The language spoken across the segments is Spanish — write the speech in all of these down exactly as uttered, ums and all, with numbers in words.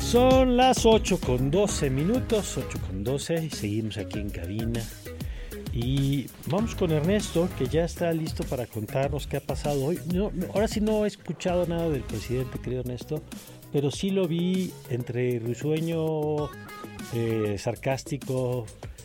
Son las ocho con doce minutos, ocho con doce, y seguimos aquí en cabina. Y vamos con Ernesto, que ya está listo para contarnos qué ha pasado hoy. No, ahora sí no he escuchado nada del presidente, querido Ernesto, pero sí lo vi entre risueño, eh, sarcástico.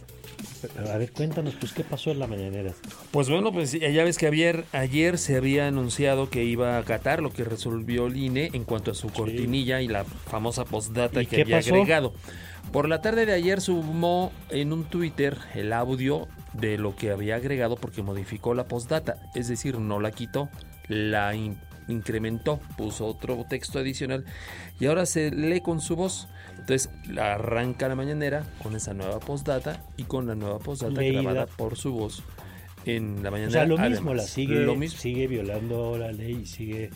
A ver, cuéntanos, pues, ¿qué pasó en la mañanera? Pues bueno, pues ya ves que ayer, ayer se había anunciado que iba a acatar lo que resolvió el I N E en cuanto a su cortinilla sí. y la famosa postdata que había pasó? agregado. Por la tarde de ayer sumó en un Twitter el audio de lo que había agregado porque modificó la postdata, es decir, no la quitó, la in- incrementó, puso otro texto adicional y ahora se lee con su voz. Entonces la arranca la mañanera con esa nueva postdata y con la nueva postdata Leída. grabada por su voz en la mañanera. O sea, lo Además, mismo, la sigue, lo mismo. sigue violando la ley y sigue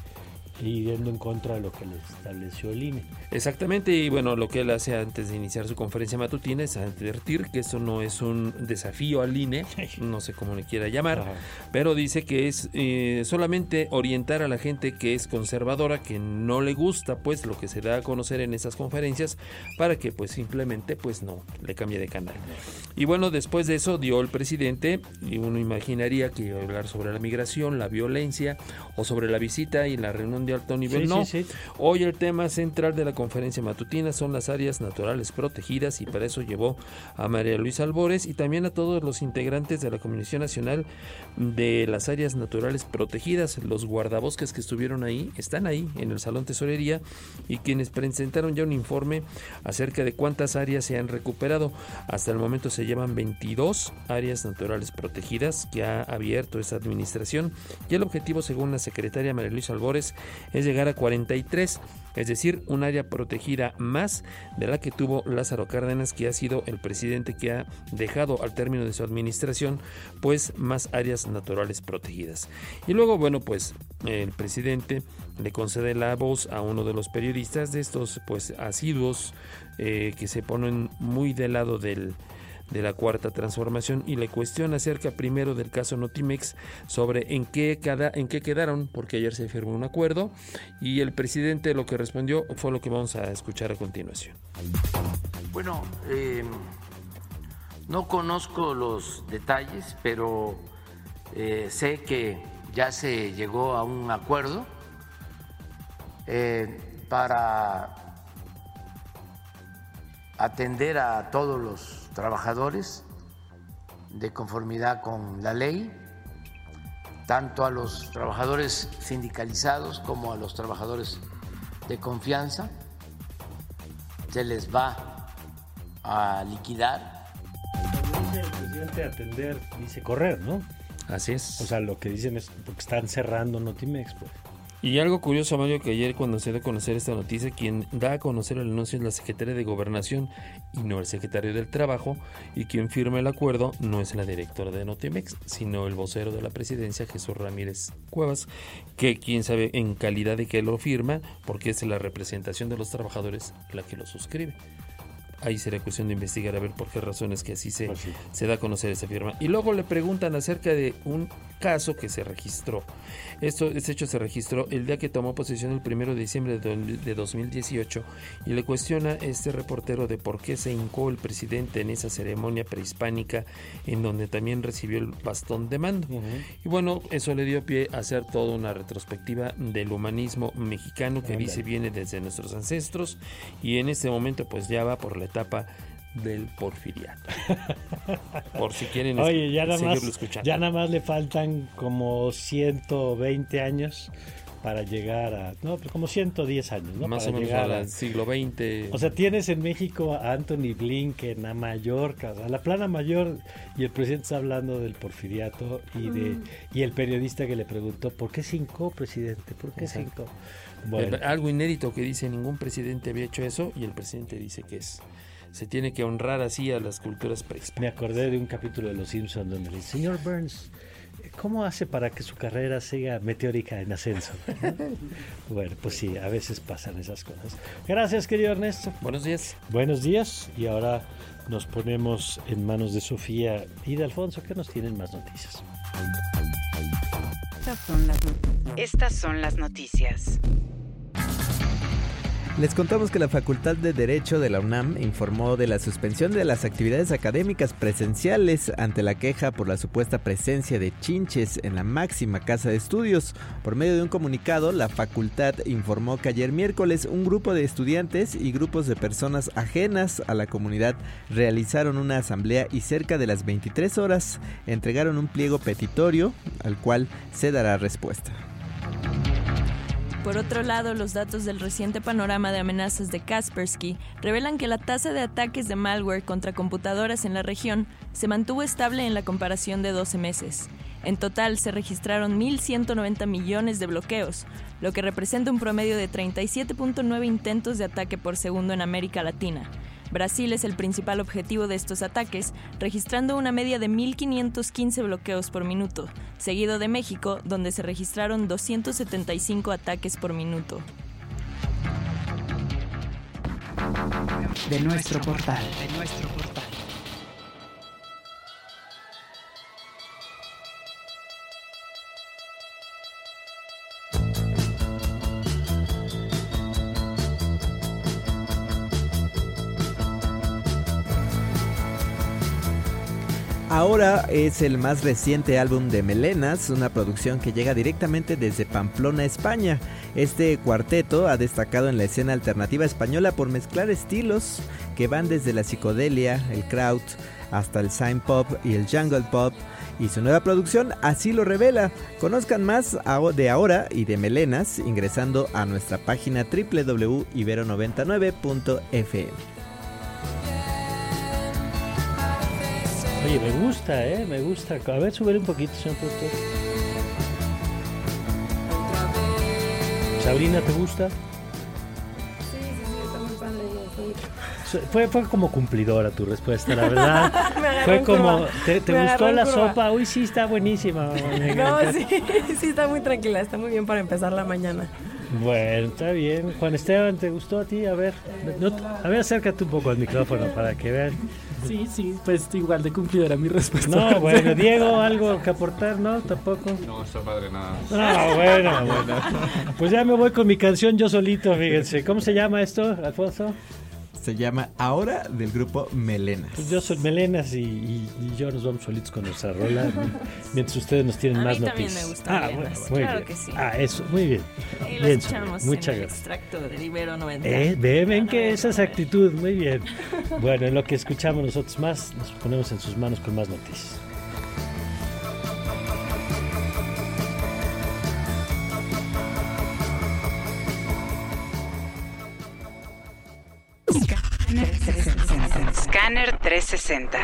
yendo en contra de lo que le estableció el I N E. Exactamente, y bueno, lo que él hace antes de iniciar su conferencia matutina es advertir que esto no es un desafío al I N E, no sé cómo le quiera llamar, Ajá. pero dice que es eh, solamente orientar a la gente que es conservadora, que no le gusta pues lo que se da a conocer en esas conferencias, para que pues simplemente pues no le cambie de canal. Y bueno, después de eso dio el presidente, y uno imaginaría que iba a hablar sobre la migración, la violencia, o sobre la visita y la reunión de alto nivel. Sí, no, sí, sí. Hoy el tema central de la conferencia matutina son las áreas naturales protegidas y para eso llevó a María Luisa Albores y también a todos los integrantes de la Comisión Nacional de las Áreas Naturales Protegidas. Los guardabosques que estuvieron ahí están ahí en el Salón Tesorería y quienes presentaron ya un informe acerca de cuántas áreas se han recuperado. Hasta el momento se llevan veintidós áreas naturales protegidas que ha abierto esta administración y el objetivo, según la secretaria María Luisa Albores, es llegar a cuarenta y tres, es decir, un área protegida más de la que tuvo Lázaro Cárdenas, que ha sido el presidente que ha dejado al término de su administración pues más áreas naturales protegidas. Y luego, bueno, pues el presidente le concede la voz a uno de los periodistas de estos pues asiduos eh, que se ponen muy del lado del de la Cuarta Transformación y le cuestiona acerca primero del caso Notimex sobre en qué, cada, en qué quedaron, porque ayer se firmó un acuerdo y el presidente lo que respondió fue lo que vamos a escuchar a continuación. Bueno, eh, no conozco los detalles, pero eh, sé que ya se llegó a un acuerdo eh, para atender a todos los trabajadores de conformidad con la ley, tanto a los trabajadores sindicalizados como a los trabajadores de confianza. Se les va a liquidar. Dice el presidente atender, dice correr, ¿no? Así es. O sea, lo que dicen es porque están cerrando Notimex, pues. Y algo curioso, Mario, que ayer cuando se dio a conocer esta noticia, quien da a conocer el anuncio es la Secretaría de Gobernación y no el Secretario del Trabajo, y quien firma el acuerdo no es la directora de Notimex, sino el vocero de la Presidencia, Jesús Ramírez Cuevas, que quién sabe en calidad de que lo firma, porque es la representación de los trabajadores la que lo suscribe. Ahí será cuestión de investigar a ver por qué razones que así se, pues sí. se da a conocer esa firma. Y luego le preguntan acerca de un caso que se registró. Esto, este hecho se registró el día que tomó posesión el primero de diciembre de dos mil dieciocho y le cuestiona este reportero de por qué se hincó el presidente en esa ceremonia prehispánica en donde también recibió el bastón de mando. Uh-huh. Y bueno, eso le dio pie a hacer toda una retrospectiva del humanismo mexicano que dice viene desde nuestros ancestros y en este momento pues ya va por la etapa del porfiriato. Por si quieren Oye, ya nada seguirlo más, escuchando. Ya nada más le faltan como ciento veinte años para llegar a... No, pues como ciento diez años, ¿no? Más para o menos llegar al siglo veinte. O sea, tienes en México a Anthony Blinken, a Mallorca, a la plana mayor, y el presidente está hablando del porfiriato y de mm. y el periodista que le preguntó, ¿por qué se hincó, presidente? ¿Por qué se hincó? Bueno. Algo inédito que dice, ningún presidente había hecho eso, y el presidente dice que es... Se tiene que honrar así a las culturas prehispánicas. Me acordé de un capítulo de Los Simpsons donde le dice, señor Burns, ¿cómo hace para que su carrera siga meteórica en ascenso? Bueno, pues sí, a veces pasan esas cosas. Gracias, querido Ernesto. Buenos días. Buenos días, y ahora nos ponemos en manos de Sofía y de Alfonso, que nos tienen más noticias. Estas son las noticias. Estas son las noticias. Les contamos que la Facultad de Derecho de la UNAM informó de la suspensión de las actividades académicas presenciales ante la queja por la supuesta presencia de chinches en la máxima casa de estudios. Por medio de un comunicado, la facultad informó que ayer miércoles un grupo de estudiantes y grupos de personas ajenas a la comunidad realizaron una asamblea y cerca de las veintitrés horas entregaron un pliego petitorio al cual se dará respuesta. Por otro lado, los datos del reciente panorama de amenazas de Kaspersky revelan que la tasa de ataques de malware contra computadoras en la región se mantuvo estable en la comparación de doce meses. En total se registraron mil ciento noventa millones de bloqueos, lo que representa un promedio de treinta y siete punto nueve intentos de ataque por segundo en América Latina. Brasil es el principal objetivo de estos ataques, registrando una media de mil quinientos quince bloqueos por minuto, seguido de México, donde se registraron doscientos setenta y cinco ataques por minuto. De nuestro portal. De nuestro portal. Ahora es el más reciente álbum de Melenas, una producción que llega directamente desde Pamplona, España. Este cuarteto ha destacado en la escena alternativa española por mezclar estilos que van desde la psicodelia, el kraut, hasta el synth pop y el jungle pop. Y su nueva producción así lo revela. Conozcan más de ahora y de Melenas ingresando a nuestra página doble u doble u doble u punto ibero noventa y nueve punto efe eme. Oye, me gusta, ¿eh? Me gusta. A ver, subir un poquito, señor productor. Sabrina, ¿te gusta? Sí, sí, sí, está muy padre. Fue, fue como cumplidora tu respuesta, la verdad. Fue como, ¿te, te gustó la curva. sopa? Uy, sí, está buenísima. No, sí, sí, está muy tranquila, está muy bien para empezar la mañana. Bueno, está bien. Juan Esteban, ¿te gustó a ti? A ver, no, a ver, acércate un poco al micrófono para que vean. Sí, sí, pues igual de cumplidora mi respuesta. No, bueno, Diego, ¿algo que aportar? ¿No? ¿Tampoco? No, está padre, nada. No, bueno, bueno. Pues ya me voy con mi canción yo solito, fíjense. ¿Cómo se llama esto, Alfonso? Se llama Ahora, del grupo Melenas. Pues yo soy Melenas y, y, y yo nos vamos solitos con nuestra rola, mientras ustedes nos tienen a más mí noticias. También me gusta ah, Melenas, bueno, muy claro bien. que sí. Ah, eso, muy bien. Y lo bien, escuchamos muchas en el gracias. extracto del Ibero noventa. Eh, ven, ven que esa es actitud, muy bien. Bueno, en lo que escuchamos nosotros más, nos ponemos en sus manos con más noticias. Scanner trescientos sesenta.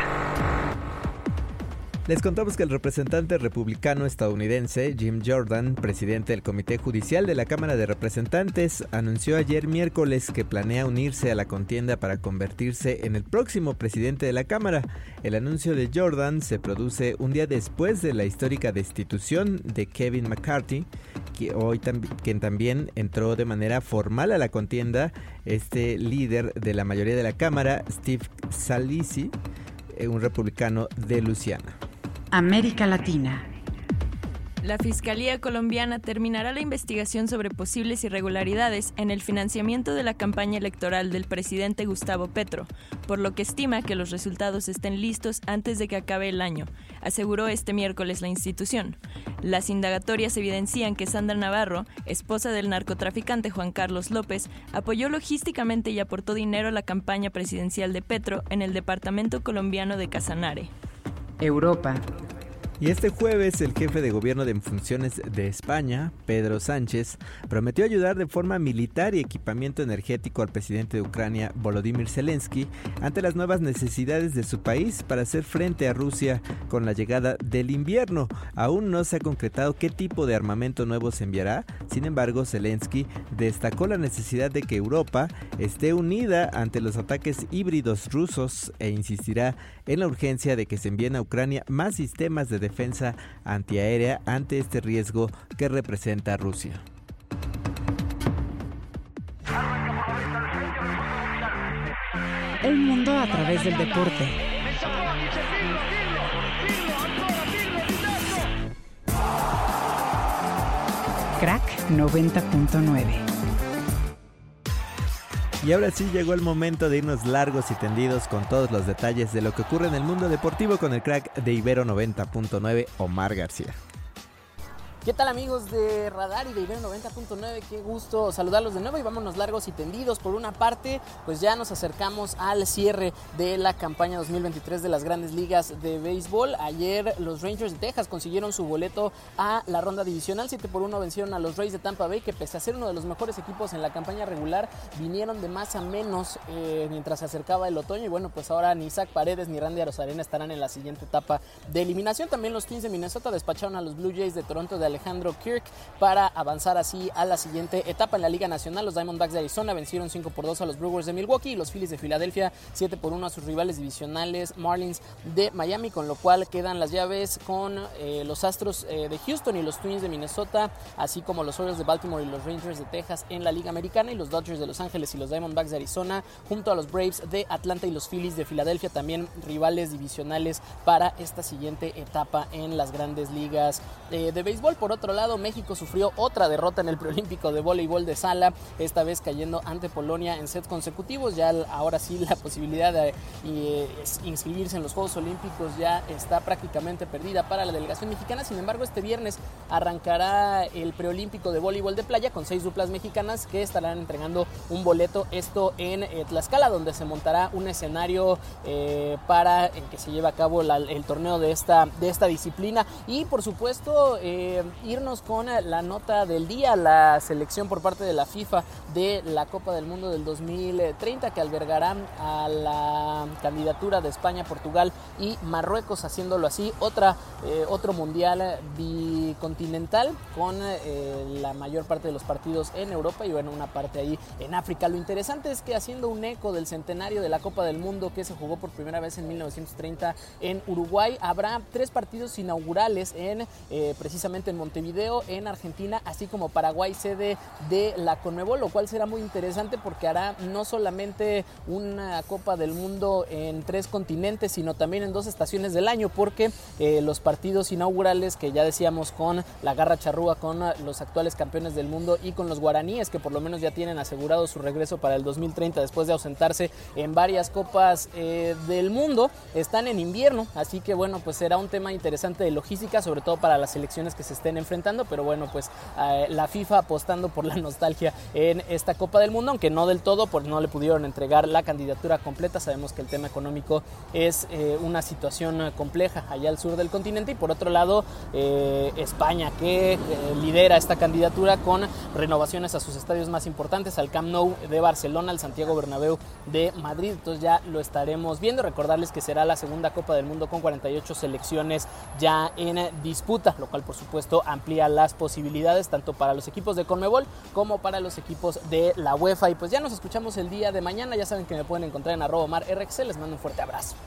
Les contamos que el representante republicano estadounidense Jim Jordan, presidente del Comité Judicial de la Cámara de Representantes, anunció ayer miércoles que planea unirse a la contienda para convertirse en el próximo presidente de la Cámara. El anuncio de Jordan se produce un día después de la histórica destitución de Kevin McCarthy, que hoy tam- quien también entró de manera formal a la contienda. Este líder de la mayoría de la Cámara, Steve Scalise, un republicano de Luisiana. América Latina. La Fiscalía colombiana terminará la investigación sobre posibles irregularidades en el financiamiento de la campaña electoral del presidente Gustavo Petro, por lo que estima que los resultados estén listos antes de que acabe el año, aseguró este miércoles la institución. Las indagatorias evidencian que Sandra Navarro, esposa del narcotraficante Juan Carlos López, apoyó logísticamente y aportó dinero a la campaña presidencial de Petro en el departamento colombiano de Casanare. Europa. Y este jueves el jefe de gobierno de funciones de España, Pedro Sánchez, prometió ayudar de forma militar y equipamiento energético al presidente de Ucrania, Volodymyr Zelensky, ante las nuevas necesidades de su país para hacer frente a Rusia con la llegada del invierno. Aún no se ha concretado qué tipo de armamento nuevo se enviará. Sin embargo, Zelensky destacó la necesidad de que Europa esté unida ante los ataques híbridos rusos e insistirá en la urgencia de que se envíen a Ucrania más sistemas de defensa antiaérea ante este riesgo que representa Rusia. El mundo a través del deporte. Crack noventa punto nueve. Y ahora sí llegó el momento de irnos largos y tendidos con todos los detalles de lo que ocurre en el mundo deportivo con el crack de Ibero noventa punto nueve, Omar García. ¿Qué tal, amigos de Radar y de Ibero noventa punto nueve? Qué gusto saludarlos de nuevo y vámonos largos y tendidos. Por una parte, pues ya nos acercamos al cierre de la campaña dos mil veintitrés de las Grandes Ligas de Béisbol. Ayer los Rangers de Texas consiguieron su boleto a la ronda divisional. siete por uno vencieron a los Rays de Tampa Bay, que pese a ser uno de los mejores equipos en la campaña regular, vinieron de más a menos eh, mientras se acercaba el otoño. Y bueno, pues ahora ni Isaac Paredes ni Randy Arozarena estarán en la siguiente etapa de eliminación. También los Twins de Minnesota despacharon a los Blue Jays de Toronto de Alejandro Kirk para avanzar así a la siguiente etapa en la Liga Nacional. Los Diamondbacks de Arizona vencieron cinco por dos a los Brewers de Milwaukee y los Phillies de Filadelfia siete por uno a sus rivales divisionales Marlins de Miami, con lo cual quedan las llaves con eh, los Astros eh, de Houston y los Twins de Minnesota, así como los Orioles de Baltimore y los Rangers de Texas en la Liga Americana, y los Dodgers de Los Ángeles y los Diamondbacks de Arizona junto a los Braves de Atlanta y los Phillies de Filadelfia, también rivales divisionales para esta siguiente etapa en las Grandes Ligas eh, de béisbol. Por otro lado, México sufrió otra derrota en el preolímpico de voleibol de sala, esta vez cayendo ante Polonia en sets consecutivos. Ya ahora sí la posibilidad de eh, inscribirse en los Juegos Olímpicos ya está prácticamente perdida para la delegación mexicana. Sin embargo, este viernes arrancará el preolímpico de voleibol de playa con seis duplas mexicanas que estarán entregando un boleto, esto en eh, Tlaxcala, donde se montará un escenario eh, para en que se lleve a cabo la, el torneo de esta, de esta disciplina. Y por supuesto eh, irnos con la nota del día, la selección por parte de la FIFA de la Copa del Mundo del dos mil treinta, que albergará a la candidatura de España, Portugal y Marruecos, haciéndolo así otra, eh, otro mundial bicontinental con eh, la mayor parte de los partidos en Europa y bueno, una parte ahí en África. Lo interesante es que, haciendo un eco del centenario de la Copa del Mundo que se jugó por primera vez en mil novecientos treinta en Uruguay, habrá tres partidos inaugurales en eh, precisamente en Montevideo, en Argentina, así como Paraguay, sede de la Conmebol, lo cual será muy interesante porque hará no solamente una Copa del Mundo en tres continentes, sino también en dos estaciones del año, porque eh, los partidos inaugurales, que ya decíamos, con la Garra Charrúa, con los actuales campeones del mundo y con los guaraníes, que por lo menos ya tienen asegurado su regreso para el dos mil treinta después de ausentarse en varias Copas eh, del mundo, están en invierno, así que bueno, pues será un tema interesante de logística, sobre todo para las selecciones que se estén enfrentando, pero bueno, pues eh, la FIFA apostando por la nostalgia en esta Copa del Mundo, aunque no del todo, pues no le pudieron entregar la candidatura completa. Sabemos que el tema económico es eh, una situación compleja allá al sur del continente, y por otro lado eh, España, que eh, lidera esta candidatura con renovaciones a sus estadios más importantes, al Camp Nou de Barcelona, al Santiago Bernabéu de Madrid. Entonces ya lo estaremos viendo. Recordarles que será la segunda Copa del Mundo con cuarenta y ocho selecciones ya en disputa, lo cual por supuesto amplía las posibilidades tanto para los equipos de Conmebol como para los equipos de la UEFA. Y pues ya nos escuchamos el día de mañana. Ya saben que me pueden encontrar en arroba Omar R X. Les mando un fuerte abrazo.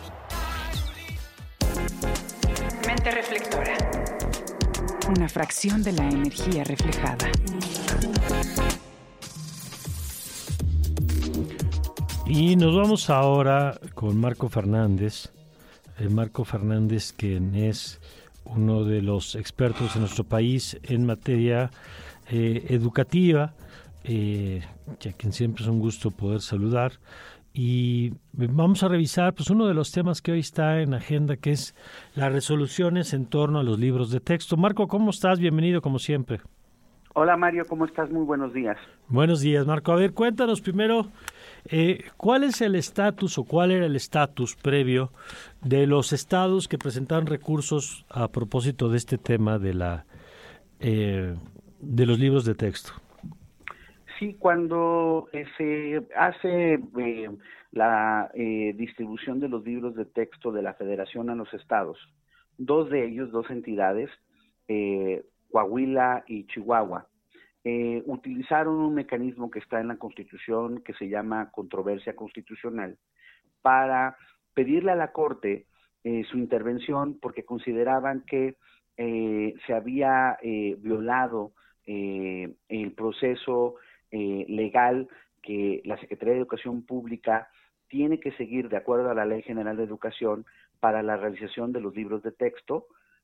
Mente reflectora. Una fracción de la energía reflejada. Y nos vamos ahora con Marco Fernández. Eh, Marco Fernández, quien es uno de los expertos en nuestro país en materia eh, educativa, eh, a quien siempre es un gusto poder saludar. Y vamos a revisar pues uno de los temas que hoy está en agenda, que es las resoluciones en torno a los libros de texto. Marco, ¿cómo estás? Bienvenido como siempre. Hola Mario, ¿cómo estás? Muy buenos días. Buenos días, Marco. A ver, cuéntanos primero, eh, ¿cuál es el estatus o cuál era el estatus previo de los estados que presentaron recursos a propósito de este tema de la eh, de los libros de texto? Sí, cuando eh, se hace eh, la eh, distribución de los libros de texto de la Federación a los estados, dos de ellos, dos entidades, eh, Coahuila y Chihuahua, eh, utilizaron un mecanismo que está en la Constitución que se llama controversia constitucional para pedirle a la Corte eh, su intervención porque consideraban que eh, se había eh, violado eh, el proceso eh, legal que la Secretaría de Educación Pública tiene que seguir de acuerdo a la Ley General de Educación para la realización de los libros de texto,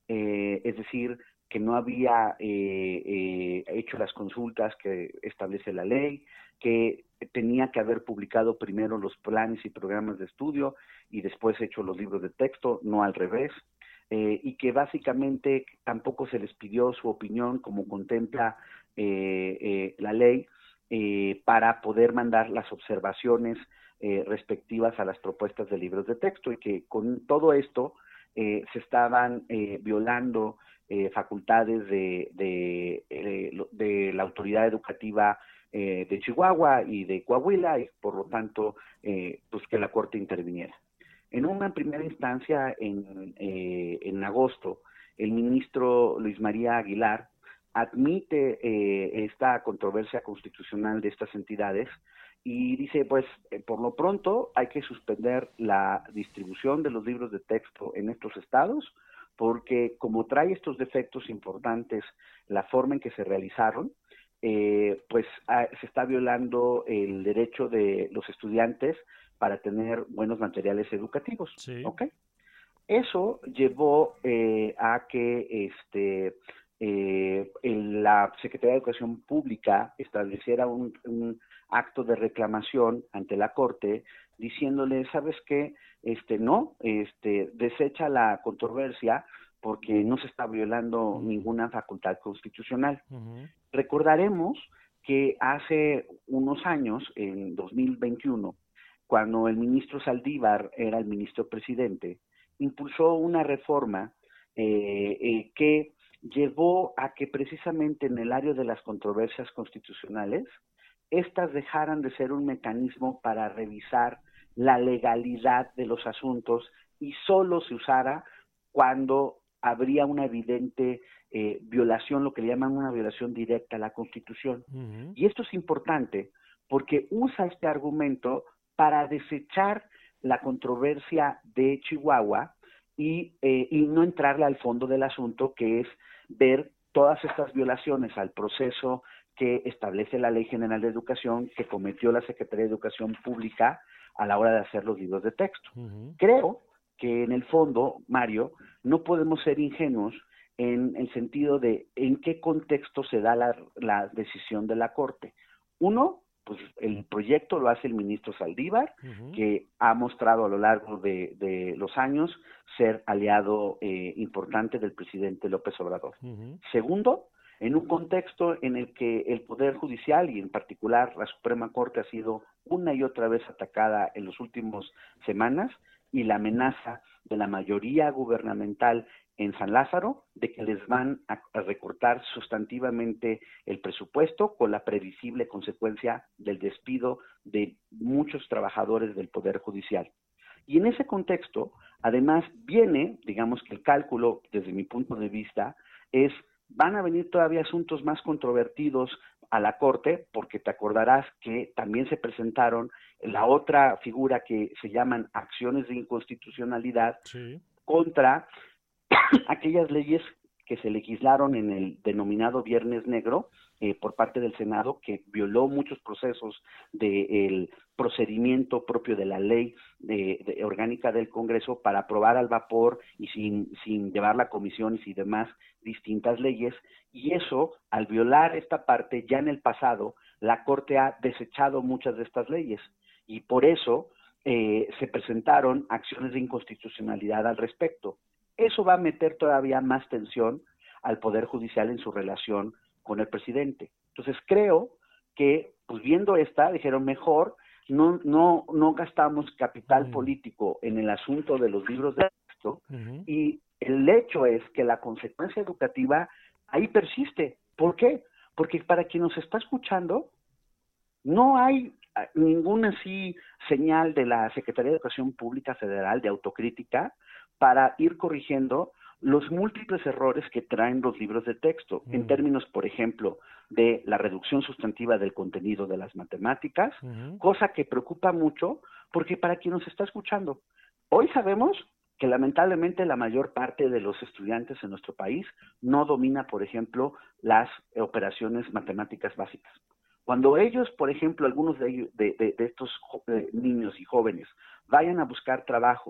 eh, es decir, que no había eh, eh, hecho las consultas que establece la ley, que tenía que haber publicado primero los planes y programas de estudio y después hecho los libros de texto, no al revés, eh, y que básicamente tampoco se les pidió su opinión como contempla eh, eh, la ley eh, para poder mandar las observaciones eh, respectivas a las propuestas de libros de texto, y que con todo esto eh, se estaban eh, violando eh, facultades de, de, de, de la autoridad educativa eh, de Chihuahua y de Coahuila, y por lo tanto eh, pues que la Corte interviniera. En una primera instancia, en, eh, en agosto, el ministro Luis María Aguilar admite eh, esta controversia constitucional de estas entidades y dice, pues, eh, por lo pronto hay que suspender la distribución de los libros de texto en estos estados, porque como trae estos defectos importantes la forma en que se realizaron, eh, pues a, se está violando el derecho de los estudiantes para tener buenos materiales educativos. Sí. ¿Okay? Eso llevó eh, a que este eh, en la Secretaría de Educación Pública estableciera un, un acto de reclamación ante la Corte diciéndole, ¿sabes qué? Este, no, este, desecha la controversia porque no se está violando uh-huh. ninguna facultad constitucional. Uh-huh. Recordaremos que hace unos años, en dos mil veintiuno, cuando el ministro Saldívar era el ministro presidente, impulsó una reforma eh, eh, que llevó a que precisamente en el área de las controversias constitucionales, estas dejaran de ser un mecanismo para revisar la legalidad de los asuntos y solo se usara cuando habría una evidente eh, violación, lo que le llaman una violación directa a la Constitución. Uh-huh. Y esto es importante porque usa este argumento para desechar la controversia de Chihuahua y, eh, y no entrarle al fondo del asunto, que es ver todas estas violaciones al proceso que establece la Ley General de Educación que cometió la Secretaría de Educación Pública a la hora de hacer los libros de texto. Uh-huh. Creo que en el fondo, Mario, no podemos ser ingenuos en el sentido de en qué contexto se da la, la decisión de la Corte. Uno, pues el proyecto lo hace el ministro Saldívar, uh-huh. que ha mostrado a lo largo de, de los años ser aliado eh, importante del presidente López Obrador. Uh-huh. Segundo, en un contexto en el que el Poder Judicial y en particular la Suprema Corte ha sido una y otra vez atacada en las últimas semanas, y la amenaza de la mayoría gubernamental en San Lázaro de que les van a, a recortar sustantivamente el presupuesto, con la previsible consecuencia del despido de muchos trabajadores del Poder Judicial. Y en ese contexto, además, viene, digamos que el cálculo, desde mi punto de vista, es, van a venir todavía asuntos más controvertidos a la Corte, porque te acordarás que también se presentaron la otra figura que se llaman acciones de inconstitucionalidad sí. contra aquellas leyes que se legislaron en el denominado Viernes Negro eh, por parte del Senado, que violó muchos procesos del procedimiento propio de la ley de, de orgánica del Congreso para aprobar al vapor y sin, sin llevar la comisión y sin demás distintas leyes, y eso, al violar esta parte, ya en el pasado, la Corte ha desechado muchas de estas leyes, y por eso eh, se presentaron acciones de inconstitucionalidad al respecto. Eso va a meter todavía más tensión al Poder Judicial en su relación con el presidente. Entonces creo que, pues viendo esta, dijeron mejor no no no gastamos capital uh-huh. político en el asunto de los libros de texto, uh-huh. y el hecho es que la consecuencia educativa ahí persiste. ¿Por qué? Porque para quien nos está escuchando, no hay ninguna así señal de la Secretaría de Educación Pública Federal de autocrítica para ir corrigiendo los múltiples errores que traen los libros de texto, uh-huh. en términos, por ejemplo, de la reducción sustantiva del contenido de las matemáticas, uh-huh. cosa que preocupa mucho, porque para quien nos está escuchando, hoy sabemos que lamentablemente la mayor parte de los estudiantes en nuestro país no domina, por ejemplo, las operaciones matemáticas básicas. Cuando ellos, por ejemplo, algunos de, ellos, de, de, de estos eh, niños y jóvenes vayan a buscar trabajo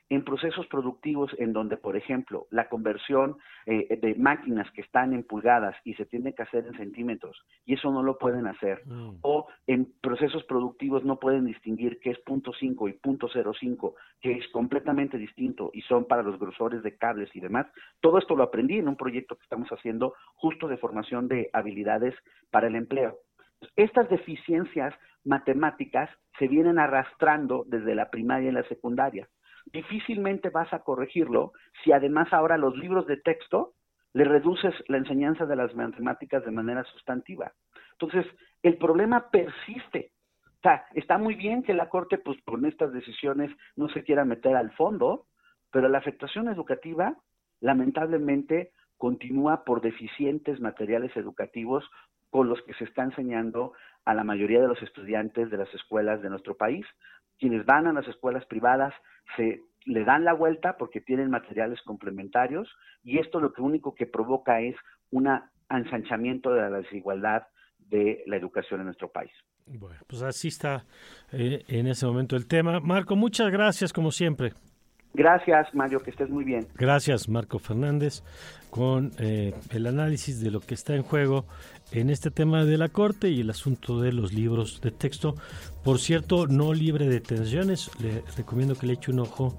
en procesos productivos en donde, por ejemplo, la conversión eh, de máquinas que están en pulgadas y se tiene que hacer en centímetros, y eso no lo pueden hacer, mm. o en procesos productivos no pueden distinguir qué es punto cinco y punto cero cinco, que es completamente distinto y son para los grosores de cables y demás. Todo esto lo aprendí en un proyecto que estamos haciendo justo de formación de habilidades para el empleo. Estas deficiencias matemáticas se vienen arrastrando desde la primaria y la secundaria. Difícilmente vas a corregirlo si además ahora los libros de texto le reduces la enseñanza de las matemáticas de manera sustantiva. Entonces, el problema persiste. O sea, está muy bien que la Corte, pues, con estas decisiones no se quiera meter al fondo, pero la afectación educativa, lamentablemente, continúa por deficientes materiales educativos con los que se está enseñando a la mayoría de los estudiantes de las escuelas de nuestro país. Quienes van a las escuelas privadas se le dan la vuelta porque tienen materiales complementarios, y esto lo que único que provoca es un ensanchamiento de la desigualdad de la educación en nuestro país. Bueno, pues así está eh, en ese momento el tema. Marco, muchas gracias como siempre. Gracias, Mario, que estés muy bien. Gracias, Marco Fernández, con eh, el análisis de lo que está en juego en este tema de la Corte y el asunto de los libros de texto. Por cierto, no libre de tensiones, le recomiendo que le eche un ojo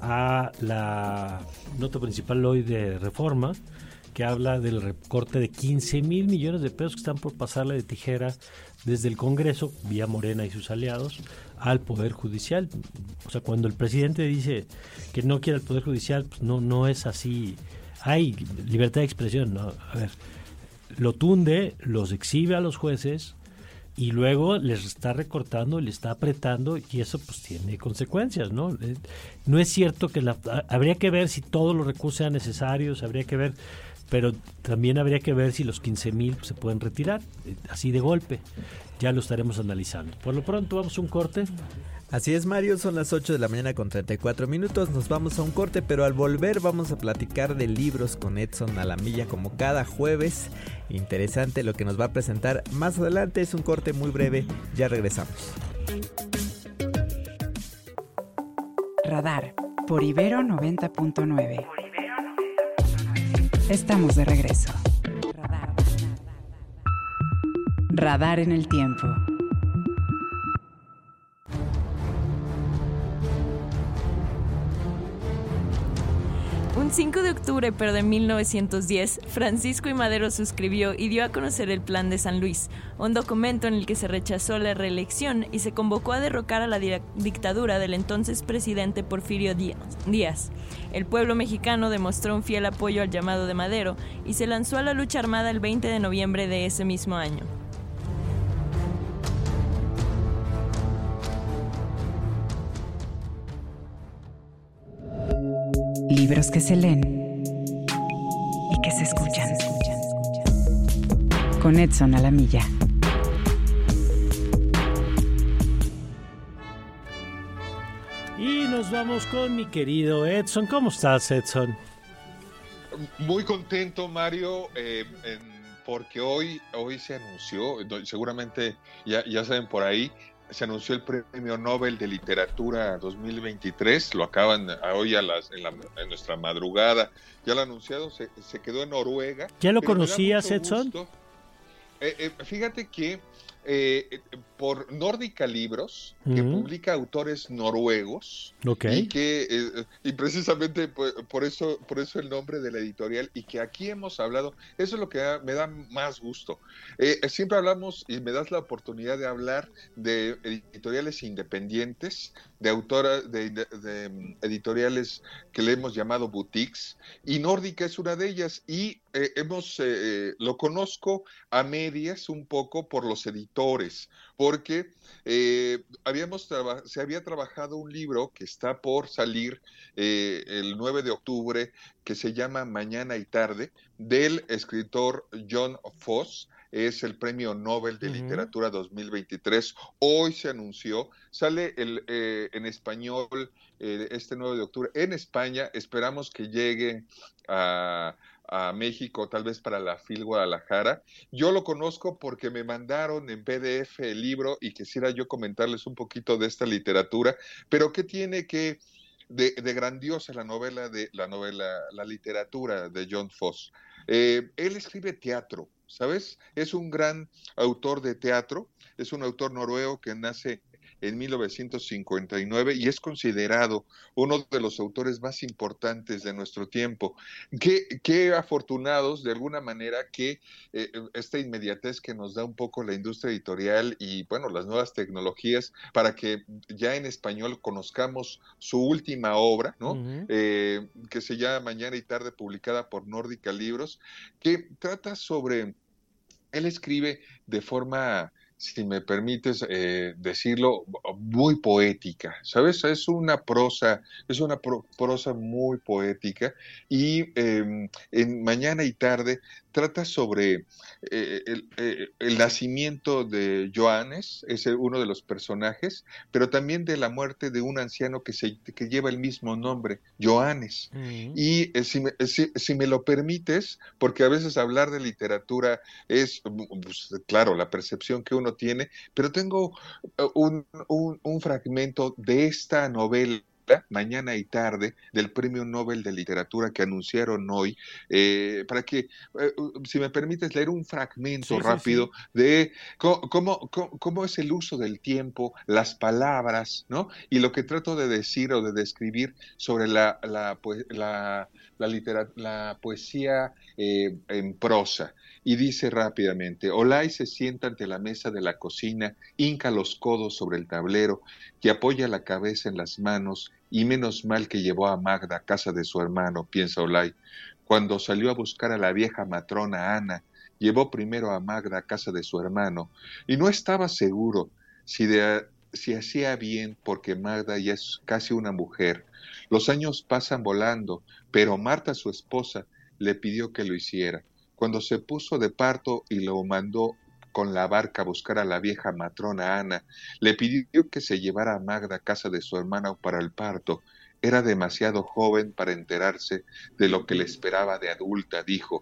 a la nota principal hoy de Reforma, que habla del recorte de quince mil millones de pesos que están por pasarle de tijera desde el Congreso, vía Morena y sus aliados, al Poder Judicial. O sea, cuando el presidente dice que no quiere el Poder Judicial, pues no, no es así. Hay libertad de expresión, ¿no? A ver, lo tunde, los exhibe a los jueces y luego les está recortando, le está apretando, y eso pues tiene consecuencias, ¿no? No es cierto que la, habría que ver si todos los recursos sean necesarios, habría que ver, pero también habría que ver si los quince mil pues, se pueden retirar, así de golpe. Ya lo estaremos analizando. Por lo pronto vamos a un corte. Así es, Mario, son las ocho de la mañana con treinta y cuatro minutos, nos vamos a un corte, pero al volver vamos a platicar de libros con Edson Alamilla como cada jueves. Interesante lo que nos va a presentar más adelante, es un corte muy breve, ya regresamos. Radar por Ibero noventa punto nueve. Estamos de regreso. Radar. Radar en el tiempo. Un cinco de octubre, pero de mil novecientos diez, Francisco I. Madero suscribió y dio a conocer el Plan de San Luis, un documento en el que se rechazó la reelección y se convocó a derrocar a la di- dictadura del entonces presidente Porfirio Díaz. El pueblo mexicano demostró un fiel apoyo al llamado de Madero y se lanzó a la lucha armada el veinte de noviembre de ese mismo año. Libros que se leen y que se escuchan. Con Edson Alamilla. Y nos vamos con mi querido Edson. ¿Cómo estás, Edson? Muy contento, Mario, eh, en, porque hoy, hoy se anunció, seguramente ya, ya saben por ahí, se anunció el Premio Nobel de Literatura dos mil veintitrés, lo acaban hoy a las, en, la, en nuestra madrugada, ya lo anunciado, se, se quedó en Noruega. ¿Ya lo conocías, Edson? Eh, eh, fíjate que eh, por Nórdica Libros, que uh-huh. publica autores noruegos, okay. y que eh, y precisamente por, por eso por eso el nombre de la editorial, y que aquí hemos hablado, eso es lo que da, me da más gusto. Eh, siempre hablamos, y me das la oportunidad de hablar de editoriales independientes, de autoras, de, de, de editoriales que le hemos llamado boutiques, y Nórdica es una de ellas, y eh, hemos eh, lo conozco a medias un poco por los editores, porque eh, habíamos traba- se había trabajado un libro que está por salir eh, el nueve de octubre, que se llama Mañana y Tarde, del escritor John Foss. Es el Premio Nobel de uh-huh. Literatura dos mil veintitrés. Hoy se anunció, sale el, eh, en español eh, este nueve de octubre en España. Esperamos que lleguen a, a México, tal vez para la FIL Guadalajara. Yo lo conozco porque me mandaron en P D F el libro y quisiera yo comentarles un poquito de esta literatura. Pero ¿qué tiene que de, de grandiosa la novela, de la novela, la literatura de Jon Fosse. Eh, él escribe teatro, ¿sabes? Es un gran autor de teatro, es un autor noruego que nace en mil novecientos cincuenta y nueve y es considerado uno de los autores más importantes de nuestro tiempo. Qué, qué afortunados, de alguna manera, que eh, esta inmediatez que nos da un poco la industria editorial y, bueno, las nuevas tecnologías, para que ya en español conozcamos su última obra, ¿no? Uh-huh. Eh, que se llama Mañana y Tarde, publicada por Nórdica Libros, que trata sobre... Él escribe de forma, si me permites eh, decirlo, muy poética, ¿sabes? Es una prosa, es una pro, prosa muy poética y eh, en Mañana y Tarde trata sobre eh, el, eh, el nacimiento de Johannes, es uno de los personajes, pero también de la muerte de un anciano que, se, que lleva el mismo nombre, Johannes. Uh-huh. Y eh, si, me, si, si me lo permites, porque a veces hablar de literatura es, pues, claro, la percepción que uno tiene, pero tengo un, un, un fragmento de esta novela, Mañana y Tarde, del Premio Nobel de Literatura que anunciaron hoy, eh, para que, eh, si me permites, leer un fragmento sí, rápido sí, sí. de cómo, cómo, cómo es el uso del tiempo, las palabras, ¿no? Y lo que trato de decir o de describir sobre la, la, la, la, litera, la poesía eh, en prosa. Y dice rápidamente: Olay se sienta ante la mesa de la cocina, hinca los codos sobre el tablero y apoya la cabeza en las manos. Y menos mal que llevó a Magda a casa de su hermano, piensa Olay. Cuando salió a buscar a la vieja matrona Ana, llevó primero a Magda a casa de su hermano, y no estaba seguro si, de, si hacía bien, porque Magda ya es casi una mujer. Los años pasan volando, pero Marta, su esposa, le pidió que lo hiciera. Cuando se puso de parto y lo mandó con la barca a buscar a la vieja matrona Ana, le pidió que se llevara a Magda a casa de su hermana para el parto. Era demasiado joven para enterarse de lo que le esperaba de adulta, dijo.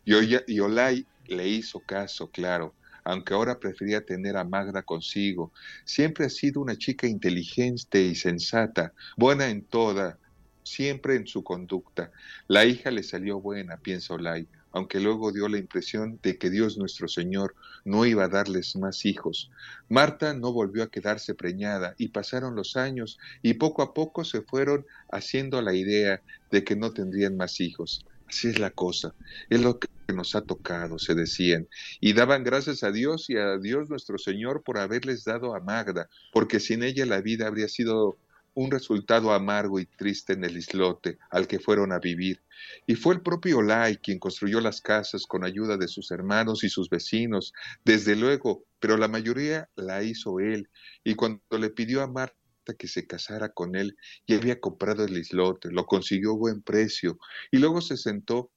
Y Olay le hizo caso, claro, aunque ahora prefería tener a Magda consigo. Siempre ha sido una chica inteligente y sensata, buena en toda, siempre en su conducta. La hija le salió buena, piensa Olay, aunque luego dio la impresión de que Dios nuestro Señor no iba a darles más hijos. Marta no volvió a quedarse preñada y pasaron los años y poco a poco se fueron haciendo la idea de que no tendrían más hijos. Así es la cosa, es lo que nos ha tocado, se decían, y daban gracias a Dios y a Dios nuestro Señor por haberles dado a Magda, porque sin ella la vida habría sido un resultado amargo y triste en el islote al que fueron a vivir. Y fue el propio Olay quien construyó las casas con ayuda de sus hermanos y sus vecinos, desde luego, pero la mayoría la hizo él, y cuando le pidió a Marta que se casara con él, ya había comprado el islote, lo consiguió a buen precio, y luego se sentó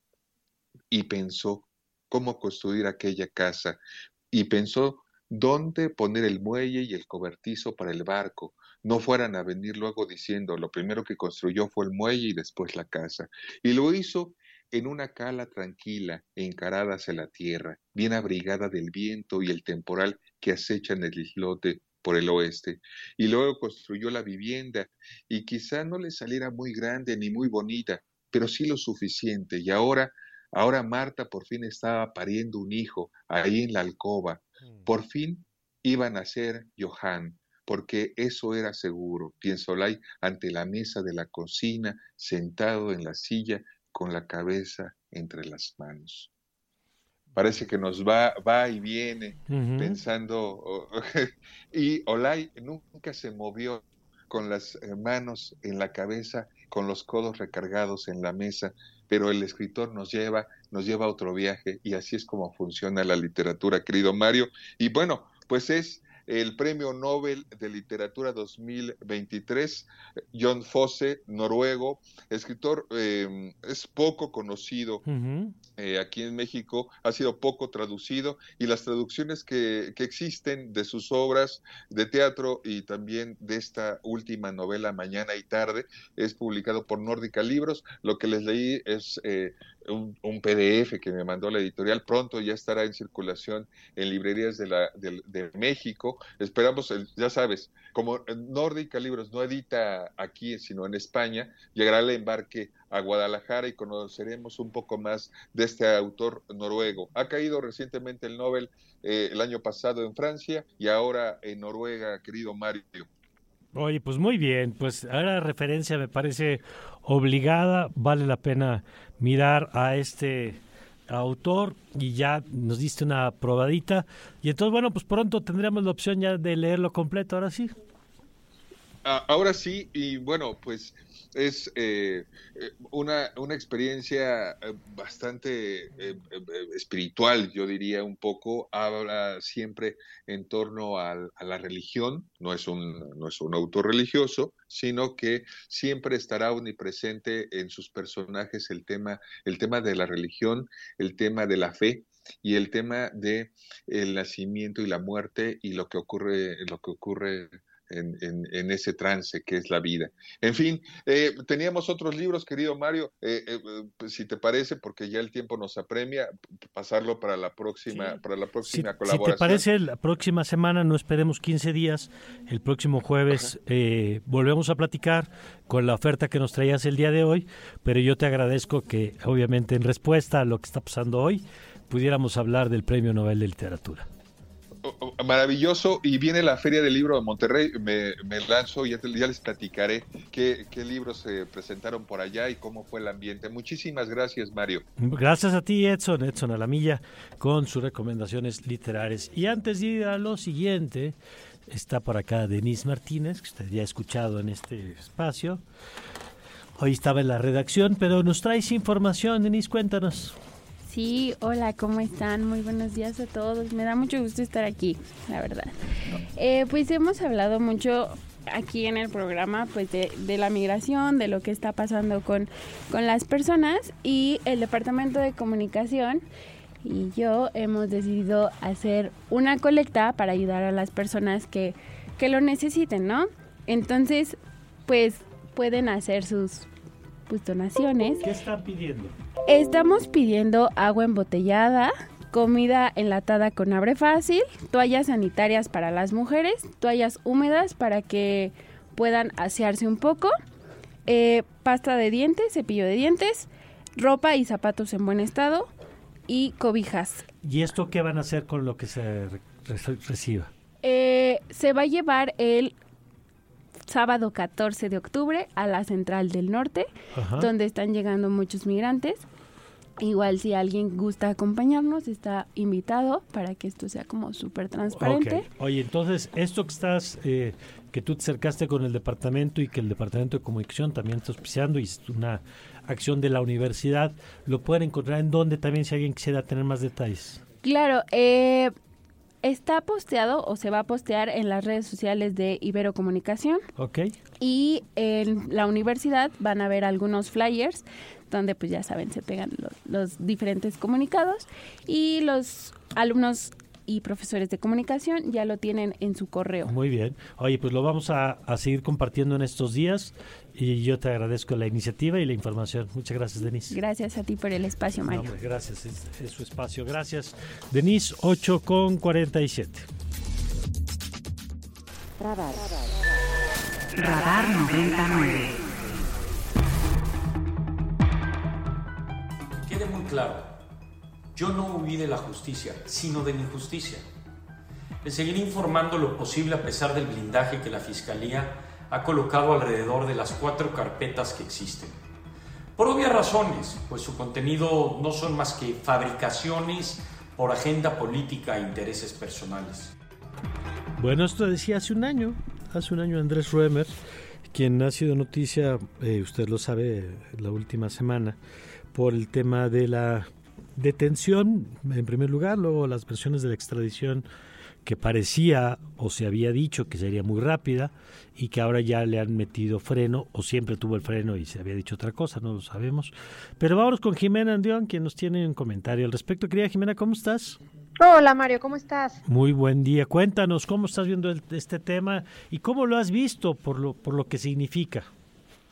y pensó cómo construir aquella casa, y pensó dónde poner el muelle y el cobertizo para el barco. No fueran a venir luego diciendo, lo primero que construyó fue el muelle y después la casa. Y lo hizo en una cala tranquila, encarada hacia la tierra, bien abrigada del viento y el temporal que acecha en el islote por el oeste. Y luego construyó la vivienda, y quizá no le saliera muy grande ni muy bonita, pero sí lo suficiente. Y ahora, ahora Marta por fin estaba pariendo un hijo ahí en la alcoba. Por fin iba a nacer Johann, porque eso era seguro, piensa Olay, ante la mesa de la cocina, sentado en la silla, con la cabeza entre las manos. Parece que nos va, va y viene, uh-huh. pensando, oh, y Olay nunca se movió con las manos en la cabeza, con los codos recargados en la mesa, pero el escritor nos lleva, nos lleva a otro viaje, y así es como funciona la literatura, querido Mario. Y bueno, pues es el Premio Nobel de Literatura dos mil veintitrés, Jon Fosse, noruego, escritor, eh, es poco conocido uh-huh. eh, aquí en México, ha sido poco traducido, y las traducciones que, que existen de sus obras de teatro y también de esta última novela, Mañana y Tarde, es publicado por Nórdica Libros. Lo que les leí es... Eh, un, un P D F que me mandó la editorial, pronto ya estará en circulación en librerías de, la, de, de México. Esperamos, el, ya sabes, como Nórdica Libros no edita aquí, sino en España, llegará el embarque a Guadalajara y conoceremos un poco más de este autor noruego. Ha caído recientemente el Nobel eh, el año pasado en Francia y ahora en Noruega, querido Mario. Oye, pues muy bien, pues ahora referencia me parece obligada, vale la pena mirar a este autor y ya nos diste una probadita y entonces bueno, pues pronto tendremos la opción ya de leerlo completo, ahora sí. Ah, ahora sí, y bueno, pues es eh, una, una experiencia bastante eh, eh, espiritual, yo diría un poco. Habla siempre en torno al, a la religión, no es un, no es un autor religioso, sino que siempre estará omnipresente en sus personajes el tema, el tema de la religión, el tema de la fe y el tema de el nacimiento y la muerte y lo que ocurre, lo que ocurre En, en, en ese trance que es la vida. En fin, eh, teníamos otros libros, querido Mario, eh, eh, pues, si te parece, porque ya el tiempo nos apremia, pasarlo para la próxima, sí. para la próxima si, colaboración. Si te parece, la próxima semana, no esperemos quince días, el próximo jueves eh, volvemos a platicar con la oferta que nos traías el día de hoy, pero yo te agradezco que, obviamente, en respuesta a lo que está pasando hoy, pudiéramos hablar del Premio Nobel de Literatura. Maravilloso, y viene la Feria del Libro de Monterrey, me, me lanzo y ya, ya les platicaré qué, qué libros se presentaron por allá y cómo fue el ambiente. Muchísimas gracias, Mario. Gracias a ti, Edson, Edson Alamilla, con sus recomendaciones literarias. Y antes de ir a lo siguiente, está por acá Denise Martínez, que usted ya ha escuchado en este espacio. Hoy estaba en la redacción, pero nos traes información, Denise, cuéntanos. Sí, hola, ¿cómo están? Muy buenos días a todos. Me da mucho gusto estar aquí, la verdad. Eh, pues hemos hablado mucho aquí en el programa pues de, de la migración, de lo que está pasando con, con las personas, y el Departamento de Comunicación y yo hemos decidido hacer una colecta para ayudar a las personas que, que lo necesiten, ¿no? Entonces, pues pueden hacer sus pues, donaciones. ¿Qué están pidiendo? Estamos pidiendo agua embotellada, comida enlatada con abre fácil, toallas sanitarias para las mujeres, toallas húmedas para que puedan asearse un poco, eh, pasta de dientes, cepillo de dientes, ropa y zapatos en buen estado y cobijas. ¿Y esto qué van a hacer con lo que se re- reciba? Eh, se va a llevar el sábado catorce de octubre a la Central del Norte, Ajá. donde están llegando muchos migrantes. Igual si alguien gusta acompañarnos, está invitado para que esto sea como súper transparente. Okay. Oye, entonces, esto que estás, eh, que tú te acercaste con el departamento y que el Departamento de Comunicación también está auspiciando y es una acción de la universidad, ¿lo pueden encontrar en dónde también si alguien quisiera tener más detalles? Claro, eh, está posteado o se va a postear en las redes sociales de Ibero Comunicación. Ok. Y en la universidad van a ver algunos flyers donde pues ya saben, se pegan los, los diferentes comunicados y los alumnos y profesores de comunicación ya lo tienen en su correo. Muy bien. Oye, pues lo vamos a, a seguir compartiendo en estos días y yo te agradezco la iniciativa y la información. Muchas gracias, Denise. Gracias a ti por el espacio, Mario. No, hombre, gracias, es, es su espacio. Gracias, Denise, ocho con cuarenta y siete. Radar. Radar noventa y nueve. Quede muy claro, yo no huí de la justicia, sino de mi injusticia. Les seguiré informando lo posible a pesar del blindaje que la Fiscalía ha colocado alrededor de las cuatro carpetas que existen. Por obvias razones, pues su contenido no son más que fabricaciones por agenda política e intereses personales. Bueno, esto decía hace un año, hace un año Andrés Roemer, quien ha sido noticia, eh, usted lo sabe, la última semana, por el tema de la detención, en primer lugar, luego las versiones de la extradición que parecía o se había dicho que sería muy rápida y que ahora ya le han metido freno o siempre tuvo el freno y se había dicho otra cosa, no lo sabemos. Pero vámonos con Jimena Andión, quien nos tiene un comentario al respecto. Querida Jimena, ¿cómo estás? Hola Mario, ¿cómo estás? Muy buen día. Cuéntanos cómo estás viendo el, este tema y cómo lo has visto por lo, por lo que significa.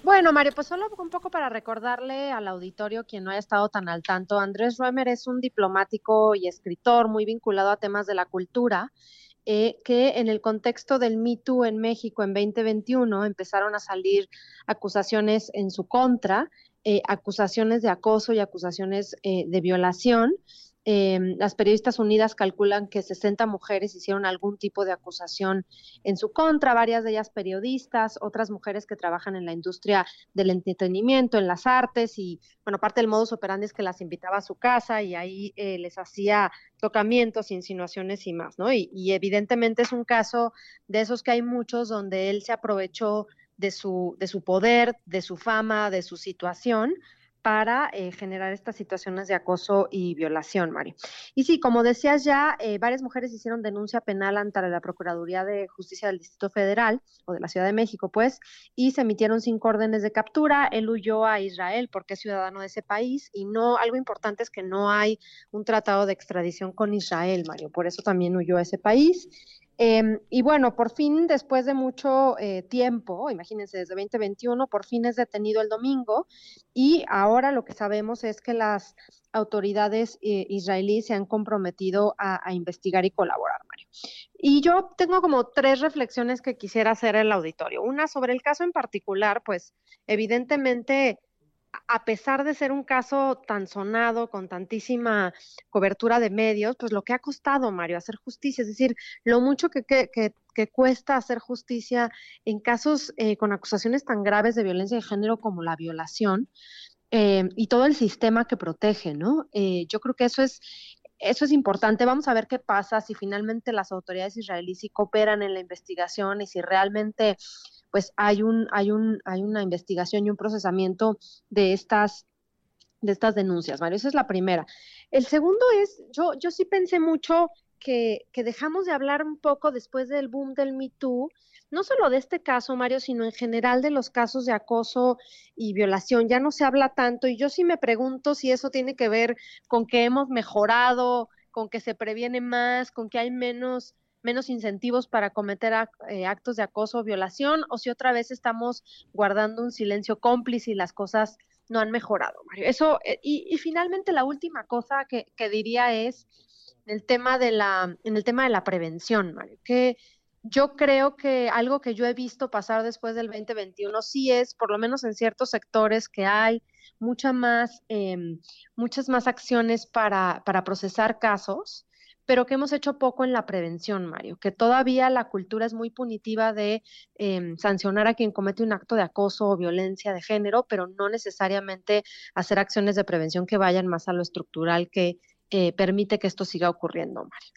Bueno, Mario, pues solo un poco para recordarle al auditorio, quien no haya estado tan al tanto, Andrés Roemer es un diplomático y escritor muy vinculado a temas de la cultura, eh, que en el contexto del Me Too en México en veinte veintiuno empezaron a salir acusaciones en su contra, eh, acusaciones de acoso y acusaciones eh, de violación. Eh, las Periodistas Unidas calculan que sesenta mujeres hicieron algún tipo de acusación en su contra, varias de ellas periodistas, otras mujeres que trabajan en la industria del entretenimiento, en las artes, y bueno, parte del modus operandi es que las invitaba a su casa y ahí eh, les hacía tocamientos, insinuaciones y más, ¿no? Y, y evidentemente es un caso de esos que hay muchos donde él se aprovechó de su, de su poder, de su fama, de su situación, para eh, generar estas situaciones de acoso y violación, Mario. Y sí, como decías ya, eh, varias mujeres hicieron denuncia penal ante la Procuraduría de Justicia del Distrito Federal, o de la Ciudad de México, pues, y se emitieron cinco órdenes de captura. Él huyó a Israel porque es ciudadano de ese país, y no, algo importante es que no hay un tratado de extradición con Israel, Mario, por eso también huyó a ese país. Eh, y bueno, por fin, después de mucho eh, tiempo, imagínense, desde veinte veintiuno, por fin es detenido el domingo, y ahora lo que sabemos es que las autoridades eh, israelíes se han comprometido a, a investigar y colaborar, Mario. Y yo tengo como tres reflexiones que quisiera hacer al auditorio. Una sobre el caso en particular, pues evidentemente, a pesar de ser un caso tan sonado, con tantísima cobertura de medios, pues lo que ha costado, Mario, hacer justicia, es decir, lo mucho que, que, que, que cuesta hacer justicia en casos eh, con acusaciones tan graves de violencia de género como la violación, eh, y todo el sistema que protege, ¿no? Eh, yo creo que eso es Eso es importante. Vamos a ver qué pasa si finalmente las autoridades israelíes sí cooperan en la investigación y si realmente pues hay un hay un hay una investigación y un procesamiento de estas de estas denuncias, Mario. Esa es la primera. El segundo es, yo yo sí pensé mucho que que dejamos de hablar un poco después del boom del Me Too, no solo de este caso, Mario, sino en general de los casos de acoso y violación. Ya no se habla tanto, y yo sí me pregunto si eso tiene que ver con que hemos mejorado, con que se previene más, con que hay menos menos incentivos para cometer eh, actos de acoso o violación, o si otra vez estamos guardando un silencio cómplice y las cosas no han mejorado, Mario. Eso, eh, y, y finalmente la última cosa que, que diría es el tema de la, en el tema de la prevención, Mario, que yo creo que algo que yo he visto pasar después del veinte veintiuno sí es, por lo menos en ciertos sectores, que hay mucha más, eh, muchas más acciones para, para procesar casos, pero que hemos hecho poco en la prevención, Mario, que todavía la cultura es muy punitiva de eh, sancionar a quien comete un acto de acoso o violencia de género, pero no necesariamente hacer acciones de prevención que vayan más a lo estructural que eh, permite que esto siga ocurriendo, Mario.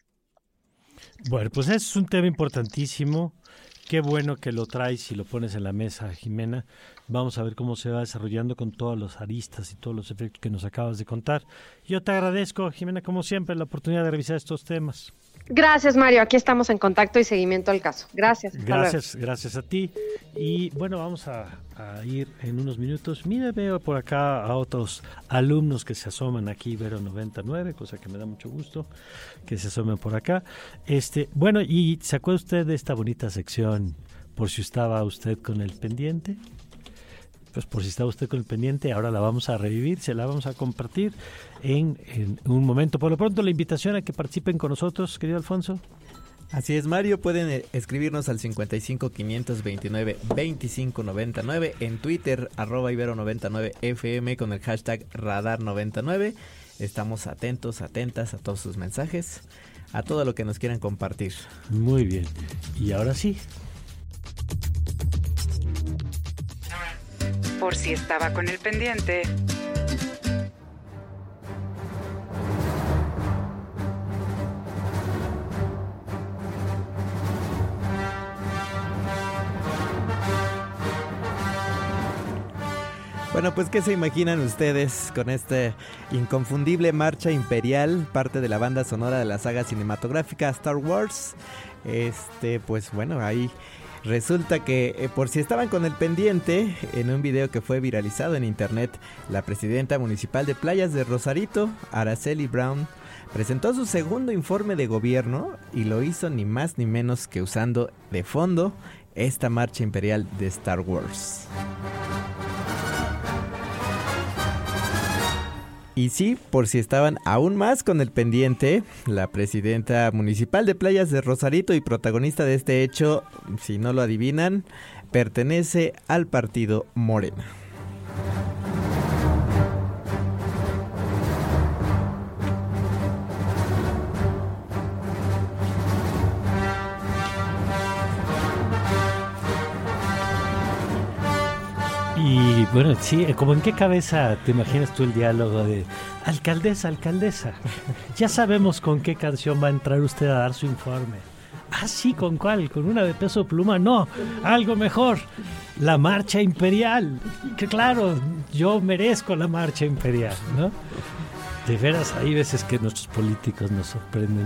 Bueno, pues ese es un tema importantísimo. Qué bueno que lo traes y lo pones en la mesa, Jimena. Vamos a ver cómo se va desarrollando con todos los aristas y todos los efectos que nos acabas de contar. Yo te agradezco, Jimena, como siempre, la oportunidad de revisar estos temas. Gracias, Mario. Aquí estamos en contacto y seguimiento al caso. Gracias. Gracias, gracias a ti. Y bueno, vamos a, a ir en unos minutos. Mira, veo por acá a otros alumnos que se asoman aquí, Ibero noventa y nueve, cosa que me da mucho gusto que se asomen por acá. Este, bueno, ¿y se acuerda usted de esta bonita sección, por si estaba usted con el pendiente? Pues por si estaba usted con el pendiente, ahora la vamos a revivir, se la vamos a compartir en, en un momento. Por lo pronto, la invitación a que participen con nosotros, querido Alfonso. Así es, Mario, pueden escribirnos al cincuenta y cinco, quinientos veintinueve, veinticinco noventa y nueve, en Twitter, arroba Ibero noventa y nueve F M con el hashtag Radar noventa y nueve. Estamos atentos, atentas a todos sus mensajes, a todo lo que nos quieran compartir. Muy bien, y ahora sí. Por si estaba con el pendiente. Bueno, pues ¿qué se imaginan ustedes con esta inconfundible marcha imperial, parte de la banda sonora de la saga cinematográfica Star Wars? Este, pues bueno, ahí resulta que, eh, por si estaban con el pendiente, en un video que fue viralizado en internet, la presidenta municipal de Playas de Rosarito, Araceli Brown, presentó su segundo informe de gobierno y lo hizo ni más ni menos que usando de fondo esta marcha imperial de Star Wars. Y sí, por si estaban aún más con el pendiente, la presidenta municipal de Playas de Rosarito y protagonista de este hecho, si no lo adivinan, pertenece al partido Morena. Y bueno, sí, como en qué cabeza te imaginas tú el diálogo de alcaldesa, alcaldesa, ya sabemos con qué canción va a entrar usted a dar su informe. Ah, sí, ¿con cuál? ¿Con una de Peso Pluma? No, algo mejor, la marcha imperial. Que claro, yo merezco la marcha imperial, ¿no? De veras, hay veces que nuestros políticos nos sorprenden.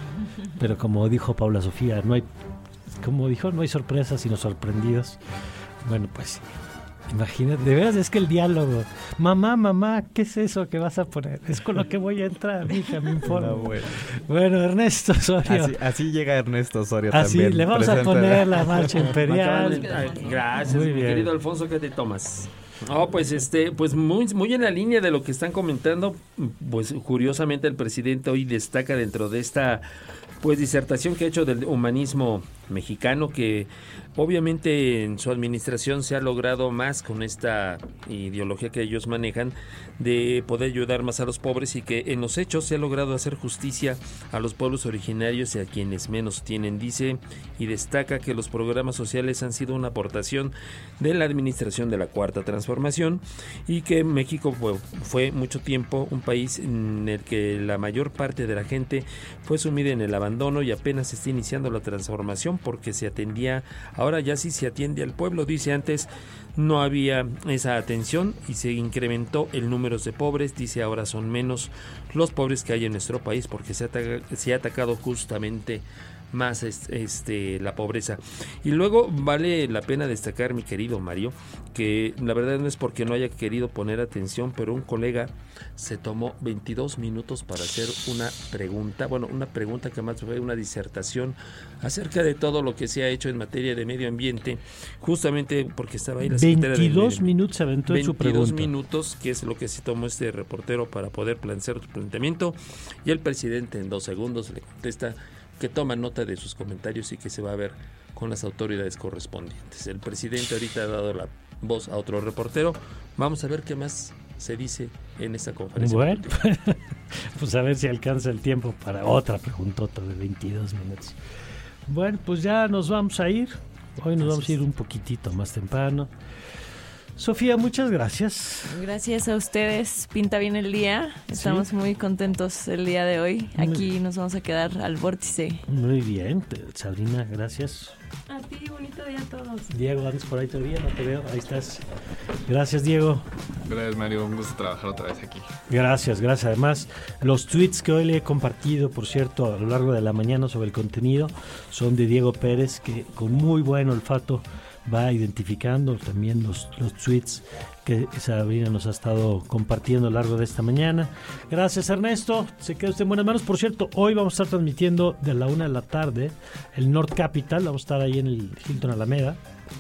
Pero como dijo Paula Sofía, no hay, como dijo, no hay sorpresas sino sorprendidos. Bueno, pues imagínate, de veras es que el diálogo, mamá, mamá, ¿qué es eso que vas a poner? Es con lo que voy a entrar, hija, me informo. No, bueno. bueno, Ernesto Osorio. Así, así llega Ernesto Osorio así, también. Así, le vamos Presenta. a poner la marcha imperial. Gracias, muy mi bien. querido Alfonso, ¿qué te tomas? Oh, pues este, pues muy, muy en la línea de lo que están comentando, pues curiosamente el presidente hoy destaca dentro de esta pues disertación que ha hecho del humanismo mexicano, que obviamente en su administración se ha logrado más con esta ideología que ellos manejan de poder ayudar más a los pobres, y que en los hechos se ha logrado hacer justicia a los pueblos originarios y a quienes menos tienen. Dice y destaca que los programas sociales han sido una aportación de la administración de la Cuarta Transformación, y que México fue, fue mucho tiempo un país en el que la mayor parte de la gente fue sumida en el abandono y apenas se está iniciando la transformación porque se atendía, ahora ya sí se atiende al pueblo. Dice antes no había esa atención y se incrementó el número de pobres. Dice ahora son menos los pobres que hay en nuestro país porque se ha, ataca, se ha atacado justamente más este la pobreza. Y luego vale la pena destacar, mi querido Mario, que la verdad no es porque no haya querido poner atención, pero un colega se tomó veintidós minutos para hacer una pregunta, bueno, una pregunta que más fue una disertación acerca de todo lo que se ha hecho en materia de medio ambiente, justamente porque estaba ahí la secretaria veintidós minutos aventó en su pregunta. veintidós minutos, que es lo que se tomó este reportero para poder plantear su planteamiento, y el presidente en dos segundos le contesta que toma nota de sus comentarios y que se va a ver con las autoridades correspondientes. El presidente ahorita ha dado la voz a otro reportero. Vamos a ver qué más se dice en esta conferencia. Bueno, pues a ver si alcanza el tiempo para otra preguntota de veintidós minutos. Bueno, pues ya nos vamos a ir. Hoy nos vamos a ir un poquitito más temprano. Sofía, muchas gracias. Gracias a ustedes. Pinta bien el día. Estamos ¿Sí? muy contentos el día de hoy. Aquí nos vamos a quedar al vórtice. Muy bien. Sabrina, gracias. A ti, bonito día a todos. Diego, ¿andas por ahí todavía? No te veo. Ahí estás. Gracias, Diego. Gracias, Mario. Un gusto trabajar otra vez aquí. Gracias, gracias. Además, los tweets que hoy le he compartido, por cierto, a lo largo de la mañana sobre el contenido, son de Diego Pérez, que con muy buen olfato va identificando también los, los tweets que Sabrina nos ha estado compartiendo a lo largo de esta mañana. Gracias, Ernesto. Se queda usted en buenas manos. Por cierto, hoy vamos a estar transmitiendo de la una de la tarde el North Capital. Vamos a estar ahí en el Hilton Alameda.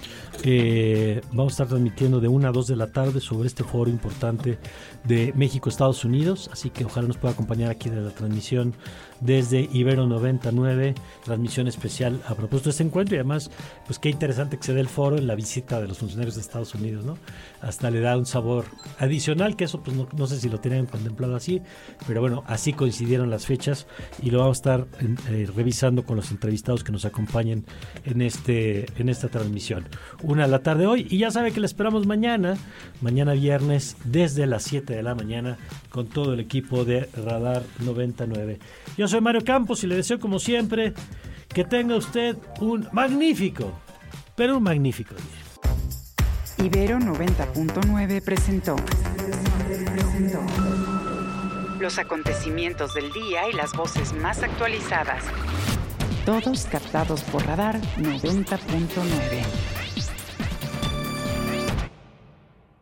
Eh, vamos a estar transmitiendo de una a dos de la tarde sobre este foro importante de México-Estados Unidos, así que ojalá nos pueda acompañar aquí de la transmisión desde Ibero noventa y nueve, transmisión especial a propósito de este encuentro. Y además, pues qué interesante que se dé el foro en la visita de los funcionarios de Estados Unidos, ¿no? Hasta le da un sabor adicional, que eso pues no, no sé si lo tenían contemplado así, pero bueno, así coincidieron las fechas y lo vamos a estar eh, revisando con los entrevistados que nos acompañen en este en esta transmisión. Una de la tarde hoy, y ya sabe que le esperamos mañana, mañana viernes desde las siete de la mañana con todo el equipo de Radar noventa y nueve. Yo soy Mario Campos y le deseo como siempre que tenga usted un magnífico, pero un magnífico día. Ibero noventa punto nueve presentó los acontecimientos del día y las voces más actualizadas. Todos captados por Radar noventa punto nueve.